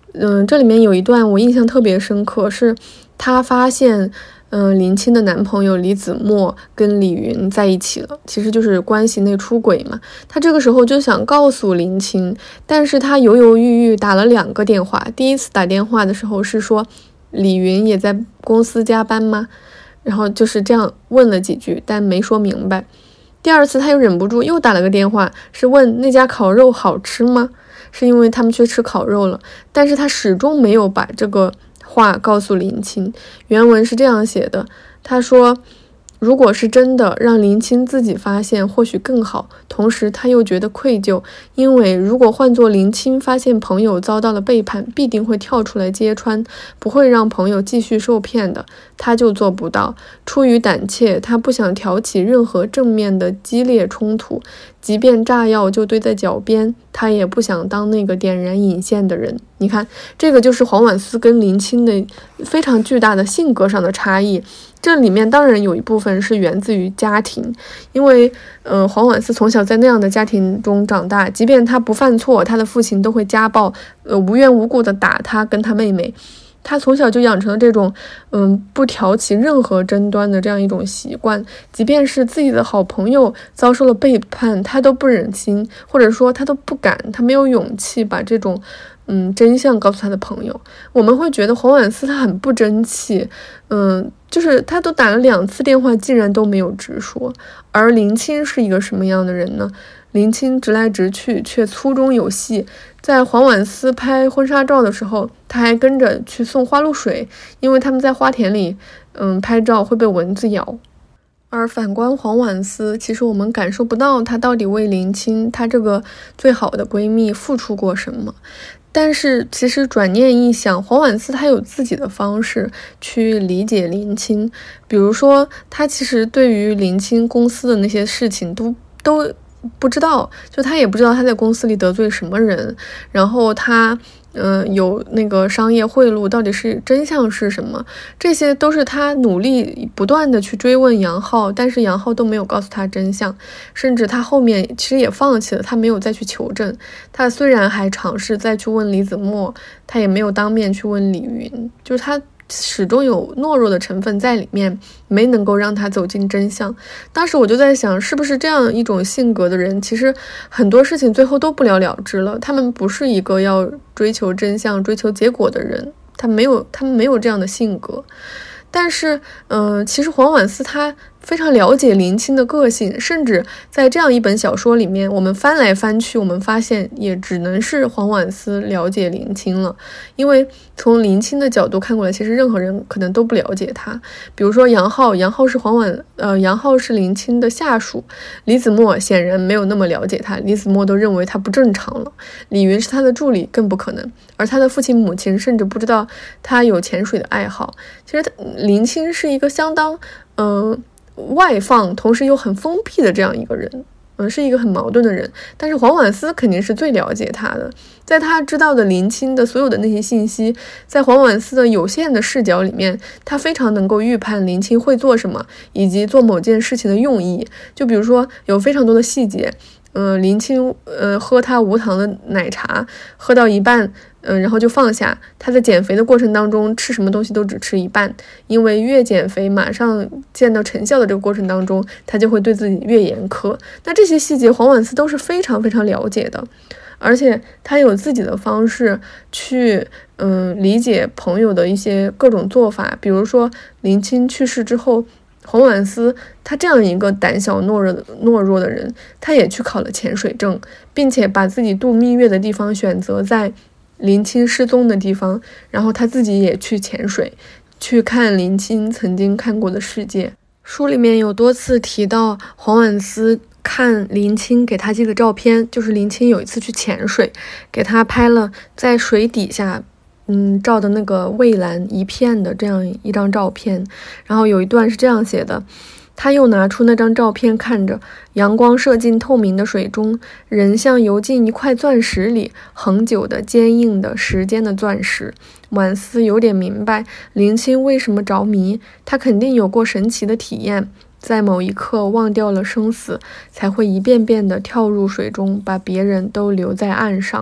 这里面有一段我印象特别深刻，是他发现林青的男朋友李子墨跟李云在一起了，其实就是关系内出轨嘛。他这个时候就想告诉林青，但是他犹犹豫豫打了2个电话。第一次打电话的时候是说李云也在公司加班吗？然后就是这样问了几句，但没说明白。第二次他又忍不住又打了个电话，是问那家烤肉好吃吗？是因为他们去吃烤肉了，但是他始终没有把这个话告诉林青。原文是这样写的，他说如果是真的，让林青自己发现或许更好，同时他又觉得愧疚，因为如果换作林青发现朋友遭到了背叛，必定会跳出来揭穿，不会让朋友继续受骗的，他就做不到。出于胆怯，他不想挑起任何正面的激烈冲突，即便炸药就堆在脚边，他也不想当那个点燃引线的人。你看，这个就是黄婉思跟林青的非常巨大的性格上的差异。这里面当然有一部分是源自于家庭，因为黄婉思从小在那样的家庭中长大，即便他不犯错，他的父亲都会家暴，无缘无故的打他跟他妹妹。他从小就养成了这种不挑起任何争端的这样一种习惯，即便是自己的好朋友遭受了背叛，他都不忍心，或者说他都不敢，他没有勇气把这种真相告诉他的朋友。我们会觉得黄婉思他很不争气，就是他都打了2次电话，竟然都没有直说。而林青是一个什么样的人呢？林青直来直去，却粗中有细。在黄婉思拍婚纱照的时候，他还跟着去送花露水，因为他们在花田里拍照会被蚊子咬。而反观黄婉思，其实我们感受不到她到底为林青，她这个最好的闺蜜付出过什么。但是其实转念一想，黄婉思她有自己的方式去理解林青，比如说她其实对于林青公司的那些事情都不知道，就她也不知道她在公司里得罪什么人，然后她有那个商业贿赂到底是真相是什么，这些都是他努力不断的去追问杨浩，但是杨浩都没有告诉他真相，甚至他后面其实也放弃了，他没有再去求证。他虽然还尝试再去问李子墨，他也没有当面去问李云，就是他始终有懦弱的成分在里面，没能够让他走进真相。当时我就在想，是不是这样一种性格的人，其实很多事情最后都不了了之了，他们不是一个要追求真相追求结果的人，他们没有这样的性格。但是其实黄婉思她非常了解林青的个性，甚至在这样一本小说里面，我们翻来翻去，我们发现也只能是黄婉思了解林青了。因为从林青的角度看过来，其实任何人可能都不了解他。比如说杨浩是林青的下属，李子墨显然没有那么了解他，李子墨都认为他不正常了。李云是他的助理，更不可能。而他的父亲母亲甚至不知道他有潜水的爱好。其实林青是一个相当外放，同时又很封闭的这样一个人，是一个很矛盾的人。但是黄婉思肯定是最了解他的，在他知道的林青的所有的那些信息，在黄婉思的有限的视角里面，他非常能够预判林青会做什么，以及做某件事情的用意。就比如说有非常多的细节，林青喝他无糖的奶茶，喝到一半然后就放下。他在减肥的过程当中吃什么东西都只吃一半，因为越减肥马上见到成效的这个过程当中，他就会对自己越严苛。那这些细节黄婉思都是非常非常了解的，而且他有自己的方式去理解朋友的一些各种做法。比如说林青去世之后，黄婉思他这样一个胆小懦弱的人，他也去考了潜水证，并且把自己度蜜月的地方选择在林青失踪的地方，然后他自己也去潜水，去看林青曾经看过的世界。书里面有多次提到黄婉思看林青给他寄的照片，就是林青有一次去潜水，给他拍了在水底下照的那个蔚蓝一片的这样一张照片。然后有一段是这样写的，他又拿出那张照片看着，阳光射进透明的水中，人像游进一块钻石里，恒久的坚硬的时间的钻石。婉思有点明白林青为什么着迷，他肯定有过神奇的体验，在某一刻忘掉了生死，才会一遍遍地跳入水中，把别人都留在岸上。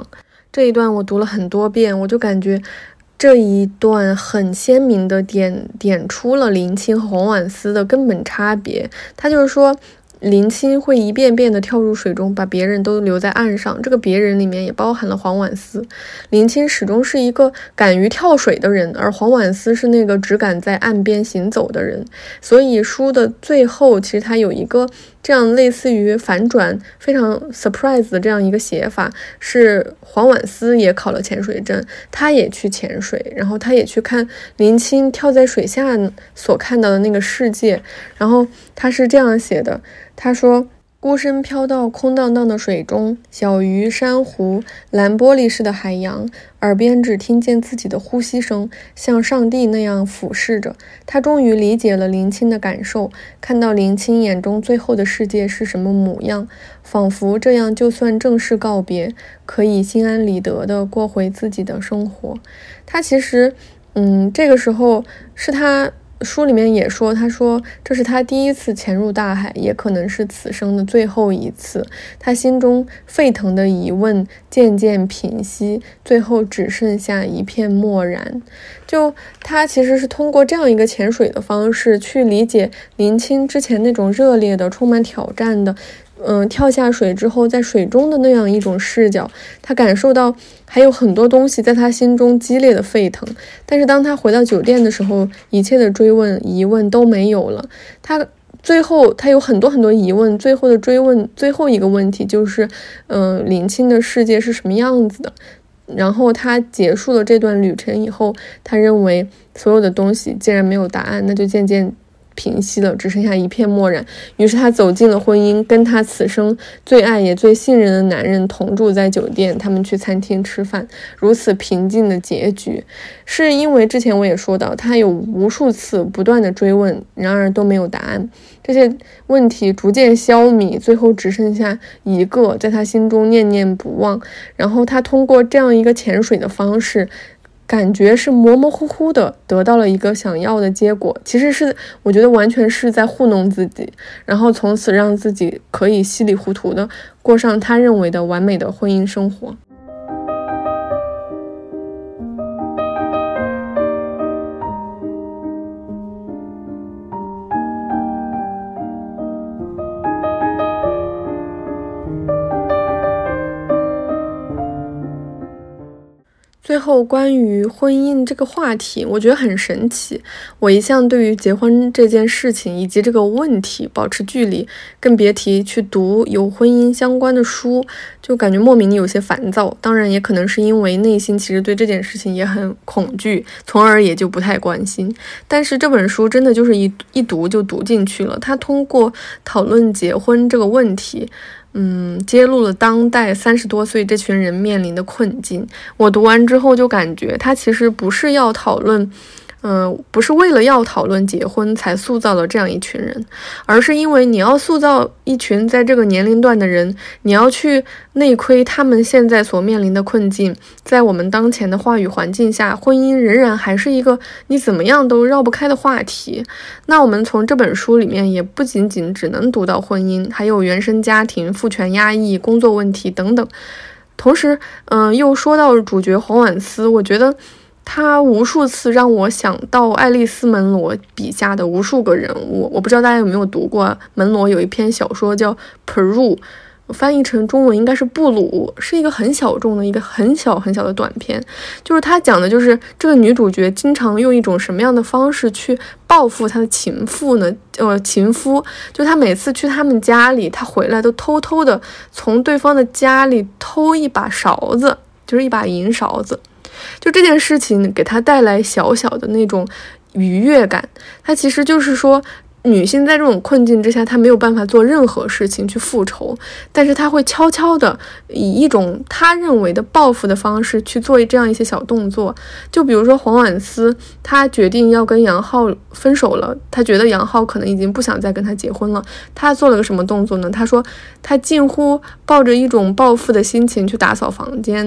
这一段我读了很多遍，我就感觉这一段很鲜明的点出了林青和黄婉思的根本差别。他就是说，林青会一遍遍地跳入水中，把别人都留在岸上，这个别人里面也包含了黄婉思。林青始终是一个敢于跳水的人，而黄婉思是那个只敢在岸边行走的人。所以书的最后其实它有一个这样类似于反转非常 surprise 的这样一个写法，是黄婉思也考了潜水证，他也去潜水，然后他也去看林青跳在水下所看到的那个世界。然后他是这样写的，他说，孤身飘到空荡荡的水中，小鱼、珊瑚、蓝玻璃似的海洋，耳边只听见自己的呼吸声，像上帝那样俯视着。他终于理解了林青的感受，看到林青眼中最后的世界是什么模样，仿佛这样就算正式告别，可以心安理得地过回自己的生活。他其实这个时候是他书里面也说，他说这是他第一次潜入大海，也可能是此生的最后一次。他心中沸腾的疑问渐渐平息，最后只剩下一片漠然。就他其实是通过这样一个潜水的方式去理解林青之前那种热烈的、充满挑战的跳下水之后在水中的那样一种视角，他感受到还有很多东西在他心中激烈的沸腾。但是当他回到酒店的时候，一切的追问疑问都没有了。最后他有很多疑问，最后的追问最后一个问题就是林青的世界是什么样子的。然后他结束了这段旅程以后，他认为所有的东西既然没有答案，那就渐渐平息了，只剩下一片漠然。于是他走进了婚姻，跟他此生最爱也最信任的男人同住在酒店，他们去餐厅吃饭。如此平静的结局，是因为之前我也说到，他有无数次不断的追问，然而都没有答案。这些问题逐渐消弭，最后只剩下一个在他心中念念不忘。然后他通过这样一个潜水的方式，感觉是模模糊糊的得到了一个想要的结果，其实是我觉得完全是在糊弄自己，然后从此让自己可以稀里糊涂的过上他认为的完美的婚姻生活。最后关于婚姻这个话题，我觉得很神奇。我一向对于结婚这件事情以及这个问题保持距离，更别提去读有婚姻相关的书，就感觉莫名有些烦躁。当然也可能是因为内心其实对这件事情也很恐惧，从而也就不太关心。但是这本书真的就是一读就读进去了，它通过讨论结婚这个问题，揭露了当代30多岁这群人面临的困境。我读完之后就感觉他其实不是要讨论不是为了要讨论结婚才塑造了这样一群人，而是因为你要塑造一群在这个年龄段的人，你要去内窥他们现在所面临的困境。在我们当前的话语环境下，婚姻仍然还是一个你怎么样都绕不开的话题。那我们从这本书里面也不仅仅只能读到婚姻，还有原生家庭、父权压抑、工作问题等等。同时又说到主角黄婉思，我觉得他无数次让我想到爱丽丝门罗笔下的无数个人物。我不知道大家有没有读过门罗有一篇小说叫 Peru， 翻译成中文应该是布鲁，是一个很小众的一个很小的短片。就是他讲的就是这个女主角经常用一种什么样的方式去报复她的情夫呢？情夫就他每次去他们家里，他回来都偷偷的从对方的家里偷一把勺子，就是一把银勺子。就这件事情给他带来小小的那种愉悦感，他其实就是说女性在这种困境之下，她没有办法做任何事情去复仇，但是她会悄悄的以一种她认为的报复的方式去做这样一些小动作。就比如说黄婉思，她决定要跟杨浩分手了，她觉得杨浩可能已经不想再跟她结婚了，她做了个什么动作呢？她说她近乎抱着一种报复的心情去打扫房间，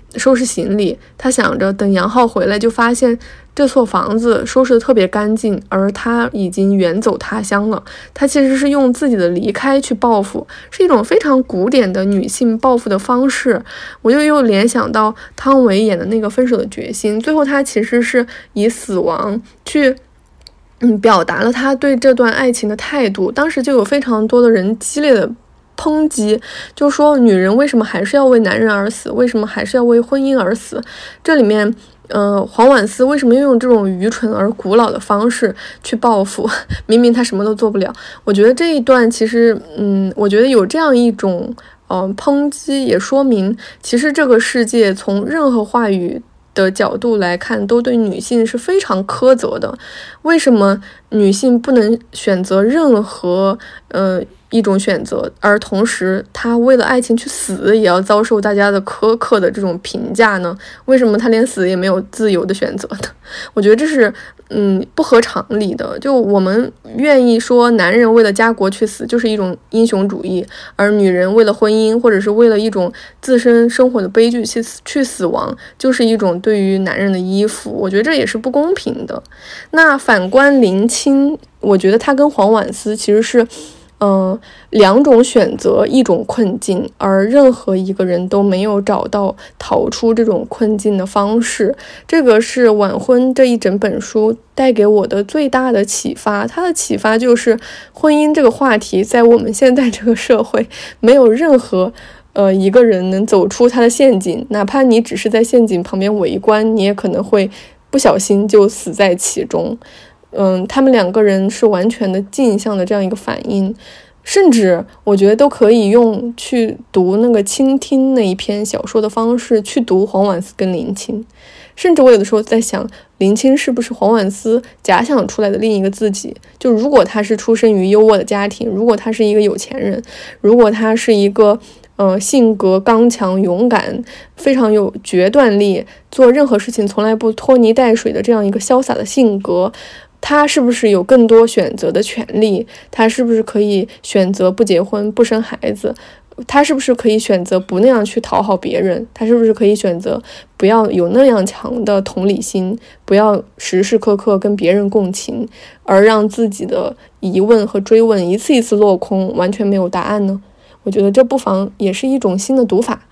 收拾行李，他想着等杨浩回来就发现这所房子收拾得特别干净，而他已经远走他乡了。他其实是用自己的离开去报复，是一种非常古典的女性报复的方式。我就又联想到汤唯演的那个《分手的决心》，最后他其实是以死亡去表达了他对这段爱情的态度。当时就有非常多的人激烈的抨击，就说女人为什么还是要为男人而死，为什么还是要为婚姻而死。这里面黄婉思为什么要用这种愚蠢而古老的方式去报复，明明他什么都做不了。我觉得这一段其实我觉得有这样一种抨击，也说明其实这个世界从任何话语的角度来看都对女性是非常苛责的。为什么女性不能选择任何一种选择，而同时她为了爱情去死也要遭受大家的苛刻的这种评价呢？为什么她连死也没有自由的选择呢？我觉得这是不合常理的。就我们愿意说男人为了家国去死就是一种英雄主义，而女人为了婚姻或者是为了一种自身生活的悲剧去死亡就是一种对于男人的依附。我觉得这也是不公平的。那反观林青，我觉得他跟黄婉思其实是两种选择，一种困境，而任何一个人都没有找到逃出这种困境的方式。这个是晚婚这一整本书带给我的最大的启发。它的启发就是婚姻这个话题在我们现在这个社会没有任何一个人能走出他的陷阱，哪怕你只是在陷阱旁边围观，你也可能会不小心就死在其中。他们两个人是完全的镜像的这样一个反应，甚至我觉得都可以用去读那个倾听那一篇小说的方式去读黄婉思跟林青。甚至我有的时候在想，林青是不是黄婉思假想出来的另一个自己？就如果他是出生于优渥的家庭，如果他是一个有钱人，如果他是一个性格刚强勇敢，非常有决断力，做任何事情从来不拖泥带水的这样一个潇洒的性格，他是不是有更多选择的权利？他是不是可以选择不结婚不生孩子？他是不是可以选择不那样去讨好别人？他是不是可以选择不要有那样强的同理心，不要时时刻刻跟别人共情，而让自己的疑问和追问一次一次落空，完全没有答案呢？我觉得这不妨也是一种新的读法。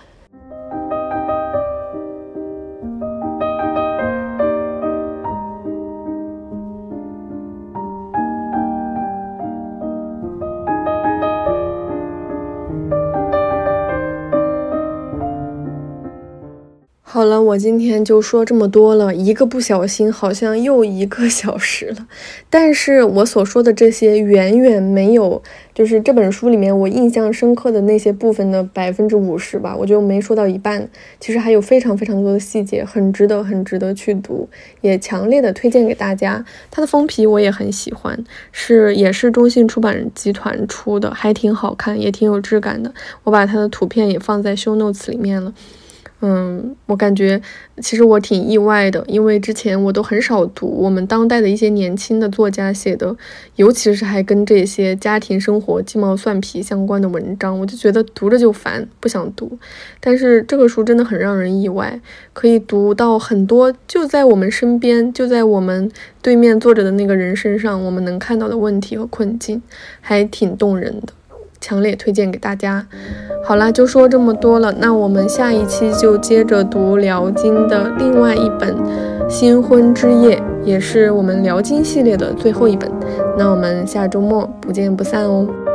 好了，我今天就说这么多了，一个不小心好像又1个小时了。但是我所说的这些远远没有就是这本书里面我印象深刻的那些部分的50%吧，我就没说到一半。其实还有非常非常多的细节，很值得去读，也强烈的推荐给大家。它的封皮我也很喜欢，也是中信出版集团出的，还挺好看，也挺有质感的。我把它的图片也放在 show notes 里面了。我感觉其实我挺意外的，因为之前我都很少读我们当代的一些年轻的作家写的，尤其是还跟这些家庭生活鸡毛蒜皮相关的文章，我就觉得读着就烦，不想读。但是这个书真的很让人意外，可以读到很多就在我们身边，就在我们对面坐着的那个人身上，我们能看到的问题和困境，还挺动人的。强烈推荐给大家。好啦，就说这么多了，那我们下一期就接着读辽金的另外一本《新婚之夜》，也是我们辽金系列的最后一本。那我们下周末不见不散哦。